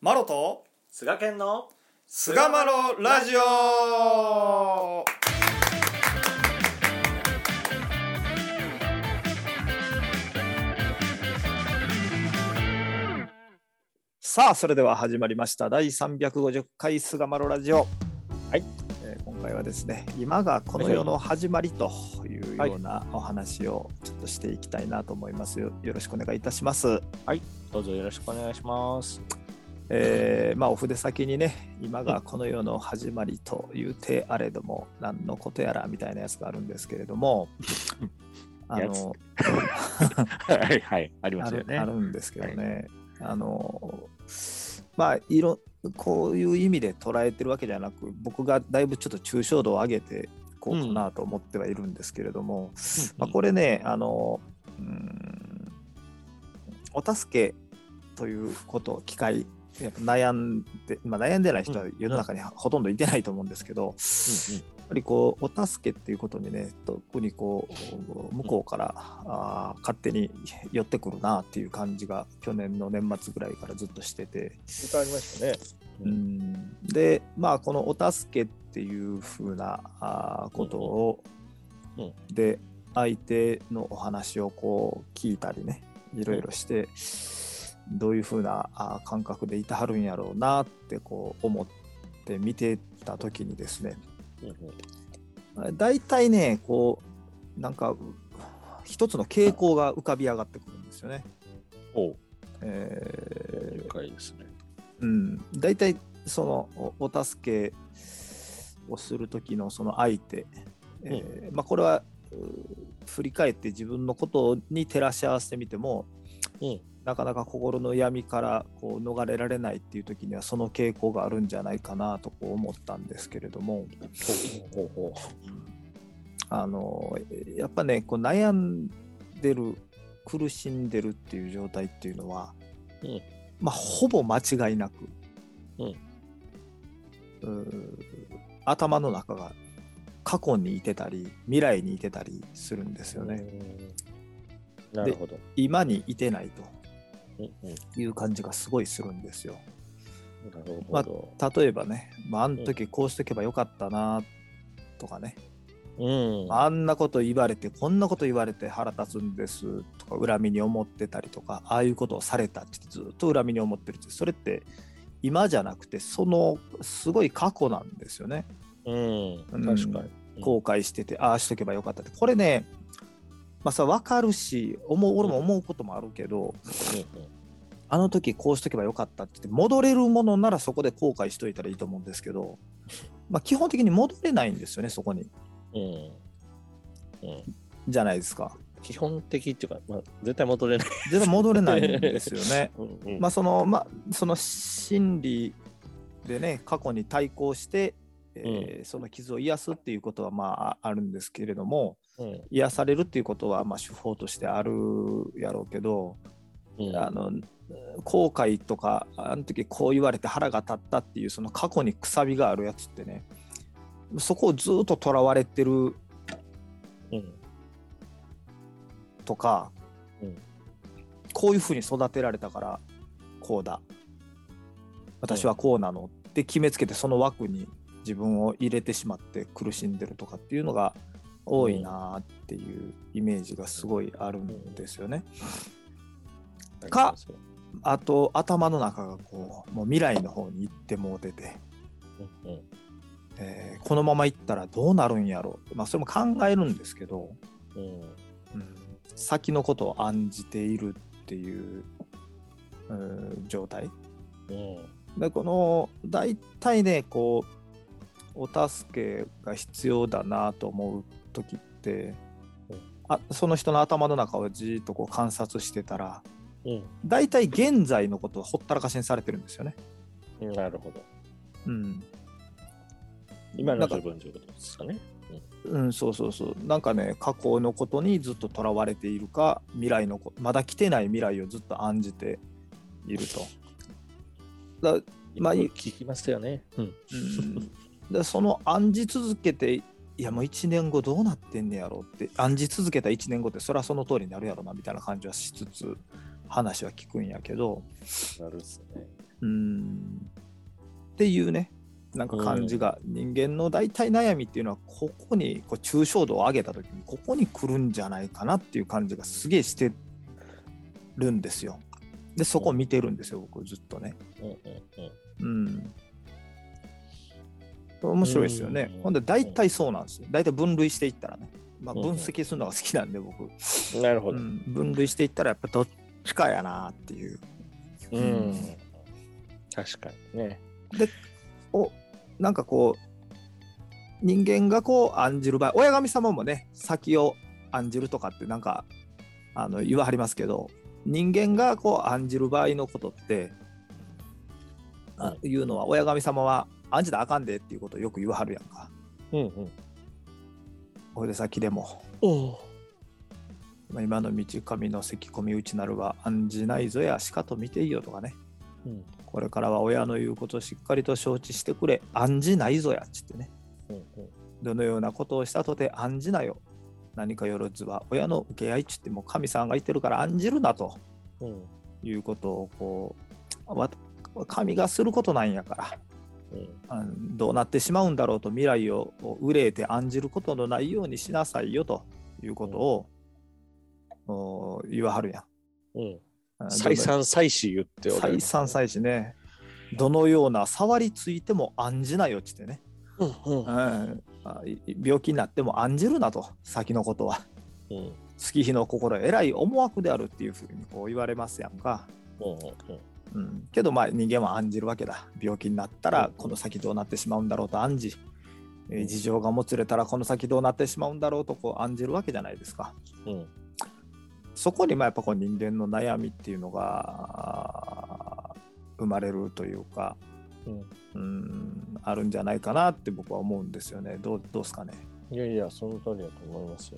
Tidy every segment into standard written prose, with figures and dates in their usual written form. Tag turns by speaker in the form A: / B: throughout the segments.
A: マロと
B: 菅健の
A: 菅マロラジオ。さあそれでは始まりました第350回菅マロラジオ。はい、今回はですね、今がこの世の始まりというようなお話をちょっとしていきたいなと思います。よろしくお願いいたします。
B: はい、どうぞよろしくお願いします。
A: お筆先にね、今がこの世の始まりという手あれども何のことやらみたいなやつがあるんですけれども
B: はいはい、ありますよね。
A: あるんですけどね、こういう意味で捉えてるわけじゃなく、僕がだいぶちょっと抽象度を上げていこうかなと思ってはいるんですけれども、これね、お助けということ機会やっぱ悩んでない人は世の中にほとんどいてないと思うんですけど、やっぱりこうお助けっていうことにね、特にこう向こうから勝手に寄ってくるなっていう感じが去年の年末ぐらいからずっとしてて、
B: ありましたね。
A: でこのお助けっていう風なことを、で相手のお話をこう聞いたりね、いろいろして、どういう風な感覚でいてはるんやろうなってこう思って見てた時にですね、だいたいねこうなんか一つの傾向が浮かび上がってくるんですよね。
B: 了解ですね。
A: だいたいそのお助けをする時のその相手、これは振り返って自分のことに照らし合わせてみても、なかなか心の闇からこう逃れられないっていう時にはその傾向があるんじゃないかなとこう思ったんですけれども、やっぱねこう悩んでる苦しんでるっていう状態っていうのは、ほぼ間違いなく、頭の中が過去にいてたり未来にいてたりするんですよね。
B: なるほど。
A: で今にいてないという感じがすごいするんですよ。
B: なるほど。
A: 例えばね、あの時こうしとけばよかったなとかね、あんなこと言われてこんなこと言われて腹立つんですとか恨みに思ってたりとか、ああいうことをされたってずっと恨みに思ってるって、それって今じゃなくてそのすごい過去なんですよね。
B: 確かに。
A: 後悔しててああしとけばよかったって、これね分かるし俺も思うこともあるけど、あの時こうしとけばよかったって言って戻れるものならそこで後悔しといたらいいと思うんですけど、基本的に戻れないんですよね、そこに。じゃないですか。
B: 基本的っていうか、絶対戻れない。
A: 絶対戻れないんですよね。その心理でね、過去に対抗して、その傷を癒すっていうことはあるんですけれども、癒されるっていうことは手法としてあるやろうけど、後悔とかあの時こう言われて腹が立ったっていうその過去にくさびがあるやつってね、そこをずっととらわれてるとか、こういうふうに育てられたからこうだ、私はこうなのって決めつけてその枠に自分を入れてしまって苦しんでるとかっていうのが多いなっていうイメージがすごいあるんですよね。あと頭の中がこうもう未来の方に行ってもうてて、このまま行ったらどうなるんやろう、それも考えるんですけど、先のことを案じているっていう、状態、でこの大体ねこうお助けが必要だなと思う時って、その人の頭の中をじっとこう観察してたら、大体現在のことをほったらかしにされてるんですよね。
B: なるほど。今の自分ということですかね。
A: そうなんかね、過去のことにずっととらわれているか、未来のまだ来てない未来をずっと案じていると。
B: 聞きますよね。
A: でその案じ続けて、いやもう1年後どうなってんねやろって案じ続けた1年後ってそれはその通りになるやろなみたいな感じはしつつ話は聞くんやけど、
B: なるっすね。
A: っていうね、なんか感じが、人間の大体悩みっていうのはここにこう抽象度を上げた時にここに来るんじゃないかなっていう感じがすげえしてるんですよ。でそこを見てるんですよ、僕ずっとね。面白いですよね。ほんで大体そうなんですよ。大体分類していったらね、まあ、分析するのが好きなんで僕、
B: なるほど、
A: 分類していったらやっぱどっちかやなっていう。
B: 確かにね。
A: でなんかこう人間がこう案じる場合、親神様もね先を案じるとかってなんか言わはりますけど、人間がこう案じる場合のことって、いうのは親神様は案じたらあかんでっていうことをよく言わはるやんか。これで先でも、今の道神のせき込みうちなるは案じないぞやしかと見ていいよとかね、これからは親の言うことをしっかりと承知してくれ、案じないぞやっつってね、どのようなことをしたとて案じなよ、何かよろずは親の受け合いっつっても神さんが言ってるから案じるなと、いうことをこう神がすることなんやから、どうなってしまうんだろうと未来を憂えて案じることのないようにしなさいよということを、言わはるやん。
B: 再三再四言っておられる。
A: 再三再四ね。どのような触りついても案じなよっつってね、病気になっても案じるなと、先のことは、月日の心えらい思惑であるっていうふうにこう言われますやんか。けどまあ人間は案じるわけだ。病気になったらこの先どうなってしまうんだろうと案じ、事情がもつれたらこの先どうなってしまうんだろうとこう案じるわけじゃないですか。そこにまあやっぱこう人間の悩みっていうのが生まれるというか、あるんじゃないかなって僕は思うんですよね。どうですかね。
B: いやいや、その通りだと思いますよ。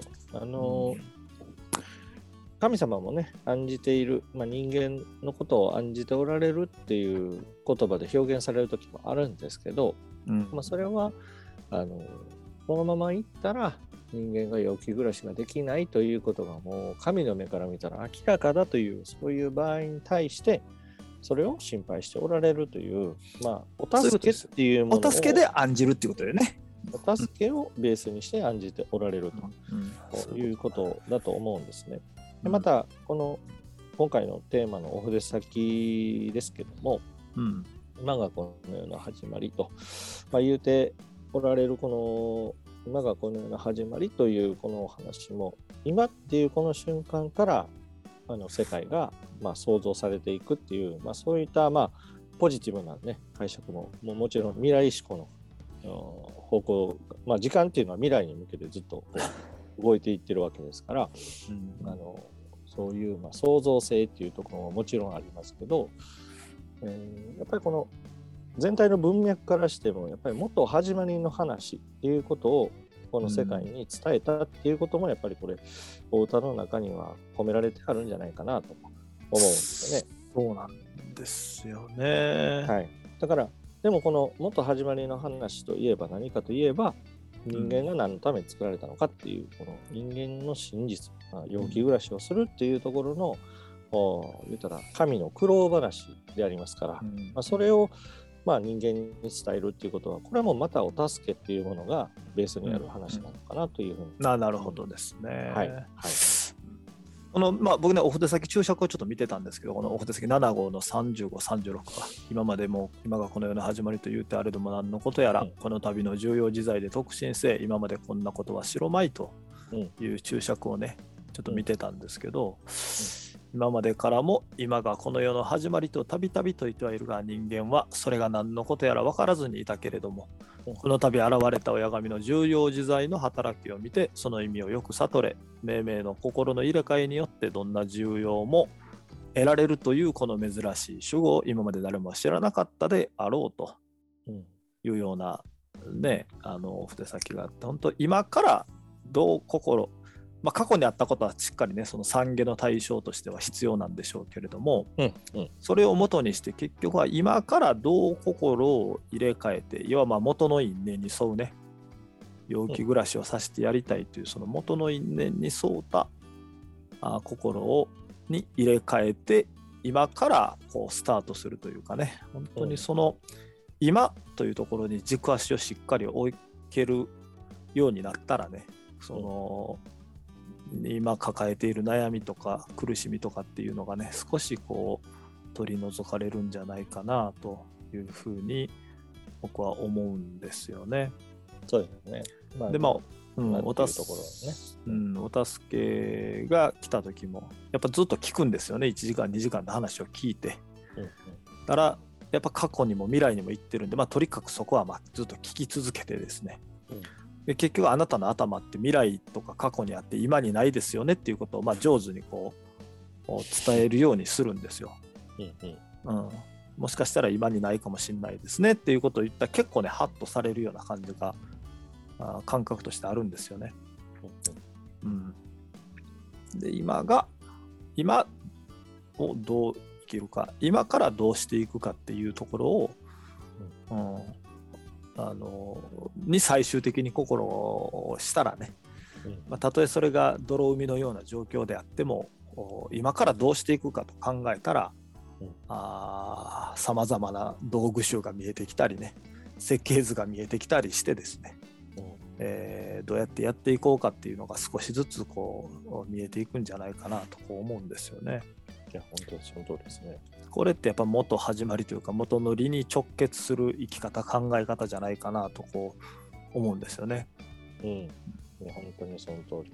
B: 神様もね、案じている、人間のことを案じておられるっていう言葉で表現される時もあるんですけど、それはこのままいったら人間が陽気暮らしができないということがもう神の目から見たら明らかだという、そういう場合に対してそれを心配しておられるという、お助けっていうものを、
A: お助けで案じるっていうことだよね。
B: お助けをベースにして案じておられるということだと思うんですね。でまた今回のテーマのお筆先ですけども、今がこのような始まりと、言うておられるこの今がこのような始まりというこのお話も、今っていうこの瞬間から世界が想像されていくっていう、そういったポジティブなね解釈ももちろん未来志向の方向、時間っていうのは未来に向けてずっと動いていってるわけですから、そういう創造性っていうところももちろんありますけど、やっぱりこの全体の文脈からしてもやっぱり元始まりの話っていうことをこの世界に伝えたっていうこともやっぱりこれお歌の中には込められてあるんじゃないかなと思うんですよね。
A: そうなんですよね。
B: はい。だからでもこの元始まりの話といえば何かといえば、人間が何のために作られたのかっていうこの人間の真実、陽気暮らしをするっていうところの言ったら神の苦労話でありますから、それを人間に伝えるっていうことは、これもまたお助けっていうものがベースにある話なのかなというふうに、
A: なるほどですね。僕ねお筆先注釈をちょっと見てたんですけど、このお筆先7号の35、36か、今までも今がこの世の始まりと言うてあれども何のことやら、この度の重要自在で特進せ、今までこんなことはしろまいという注釈をねちょっと見てたんですけど、今までからも今がこの世の始まりとたびたびと言ってはいるが、人間はそれが何のことやら分からずにいたけれども、この度現れた親神の重要自在の働きを見て、その意味をよく悟れ、命名の心の入れ替えによってどんな重要も得られるというこの珍しい守護を今まで誰も知らなかったであろうというようなね、お筆先があって、本当今からどう心、過去にあったことはしっかりねその懺悔の対象としては必要なんでしょうけれども、それを元にして結局は今からどう心を入れ替えて、いわば元の因縁に沿うね陽気暮らしをさせてやりたいという、その元の因縁に沿った心に入れ替えて今からこうスタートするというかね、本当にその今というところに軸足をしっかり置けるようになったらね、その今抱えている悩みとか苦しみとかっていうのがね、少しこう取り除かれるんじゃないかなというふうに僕は思うんですよね。
B: そうですね。
A: でお助けが来た時もやっぱずっと聞くんですよね。1時間2時間の話を聞いて、だからやっぱ過去にも未来にも行ってるんで、とにかくそこはずっと聞き続けてですね、で結局あなたの頭って未来とか過去にあって今にないですよねっていうことを上手にこう伝えるようにするんですよ。もしかしたら今にないかもしれないですねっていうことを言ったら結構ねハッとされるような感じが感覚としてあるんですよね。で今をどう生きるか、今からどうしていくかっていうところを、に最終的に心をしたらね、たとえそれが泥海のような状況であっても今からどうしていくかと考えたらさまざまな道具集が見えてきたりね、設計図が見えてきたりしてですね、どうやってやっていこうかっていうのが少しずつこう見えていくんじゃないかなとこう思うんですよね。
B: いや本当にその通りですね。
A: これってやっぱ元始まりというか元の理に直結する生き方考え方じゃないかなとこう思うんですよね。
B: いや本当にその通り。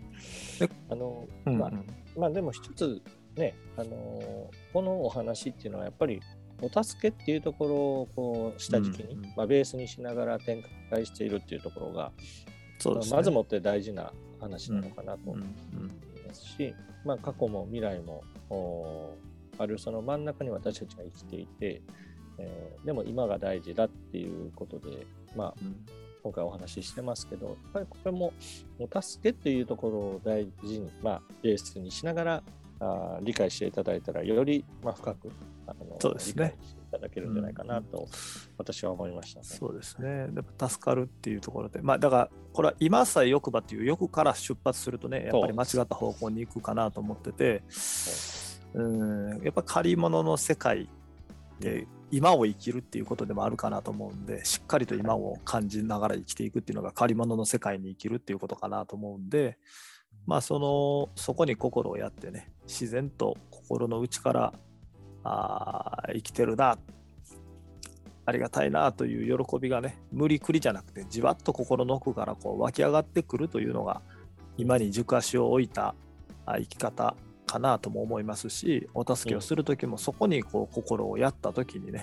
B: でも一つね、このお話っていうのはやっぱりお助けっていうところをこう下敷きに、ベースにしながら展開しているっていうところが、そうですね、まずもって大事な話なのかなと思いますし、過去も未来もあるその真ん中に私たちが生きていて、でも今が大事だっていうことで、今回お話ししてますけど、やっぱりこれもお助けっていうところを大事に、ベースにしながら理解していただいたらより深く
A: そうですね、
B: 理解していただけるんじゃないかなと私は思いましたね。
A: そうですね。でも助かるっていうところで、だからこれは今さえ欲ばっていう欲から出発するとね、やっぱり間違った方向に行くかなと思ってて、やっぱ借り物の世界で今を生きるっていうことでもあるかなと思うんで、しっかりと今を感じながら生きていくっていうのが借り物の世界に生きるっていうことかなと思うんで、そこに心をやってね、自然と心の内から生きてるな、ありがたいなという喜びがね、無理くりじゃなくてじわっと心の奥からこう湧き上がってくるというのが今に軸足を置いた生き方かなとも思いますし、お助けをする時もそこにこう心をやった時にね、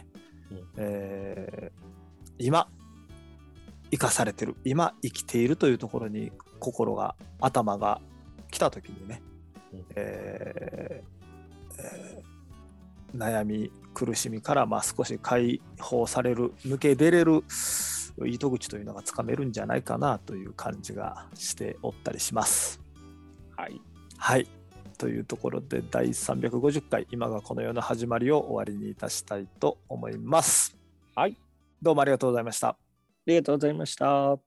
A: 今生かされてる、今生きているというところに頭が来た時にね、悩み苦しみから少し解放される、抜け出れる糸口というのがつかめるんじゃないかなという感じがしておったりします。はい、というところで第350回今がこの世の始まりを終わりにいたしたいと思います。
B: はい、
A: どうもありがとうございました。
B: ありがとうございました。